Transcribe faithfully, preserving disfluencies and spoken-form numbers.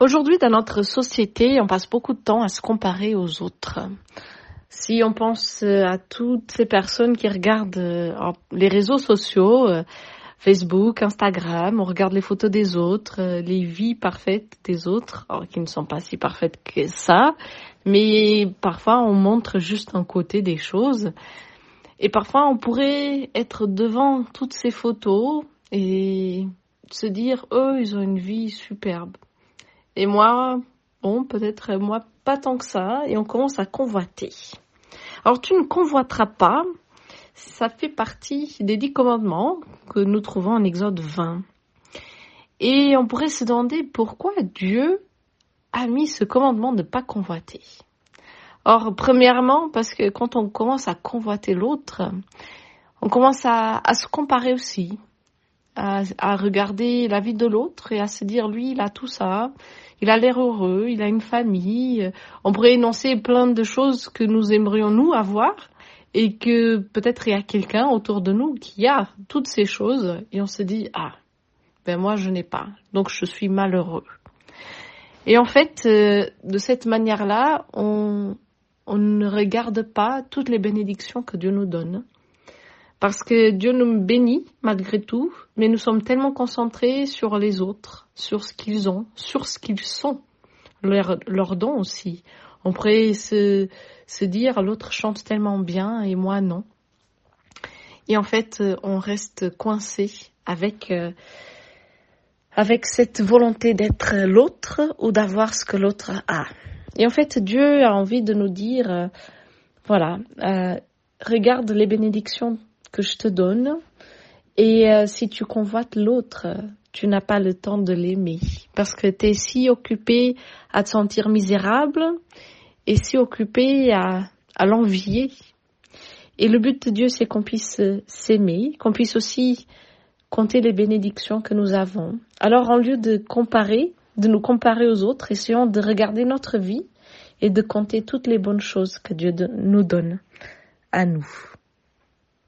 Aujourd'hui, dans notre société, on passe beaucoup de temps à se comparer aux autres. Si on pense à toutes ces personnes qui regardent euh, les réseaux sociaux, euh, Facebook, Instagram, on regarde les photos des autres, euh, les vies parfaites des autres, alors, qui ne sont pas si parfaites que ça, mais parfois on montre juste un côté des choses. Et parfois on pourrait être devant toutes ces photos et se dire, eux, ils ont une vie superbe. Et moi, bon, peut-être moi, pas tant que ça, et on commence à convoiter. Alors, tu ne convoiteras pas, ça fait partie des dix commandements que nous trouvons en Exode vingt. Et on pourrait se demander pourquoi Dieu a mis ce commandement de ne pas convoiter. Or, premièrement, parce que quand on commence à convoiter l'autre, on commence à, à se comparer aussi. À, à regarder la vie de l'autre et à se dire, lui, il a tout ça, il a l'air heureux, il a une famille. On pourrait énoncer plein de choses que nous aimerions, nous, avoir et que peut-être il y a quelqu'un autour de nous qui a toutes ces choses et on se dit, ah, ben moi, je n'ai pas, donc je suis malheureux. Et en fait, euh, de cette manière-là, on, on ne regarde pas toutes les bénédictions que Dieu nous donne. Parce que Dieu nous bénit malgré tout, mais nous sommes tellement concentrés sur les autres, sur ce qu'ils ont, sur ce qu'ils sont, leurs leur dons aussi. On pourrait se, se dire, l'autre chante tellement bien et moi non. Et en fait, on reste coincé avec, euh, avec cette volonté d'être l'autre ou d'avoir ce que l'autre a. Et en fait, Dieu a envie de nous dire, euh, voilà, euh, regarde les bénédictions que je te donne, et euh, si tu convoites l'autre, tu n'as pas le temps de l'aimer, parce que tu es si occupé à te sentir misérable, et si occupé à, à l'envier. Et le but de Dieu, c'est qu'on puisse s'aimer, qu'on puisse aussi compter les bénédictions que nous avons. Alors, en lieu de comparer, de nous comparer aux autres, essayons de regarder notre vie, et de compter toutes les bonnes choses que Dieu nous donne à nous.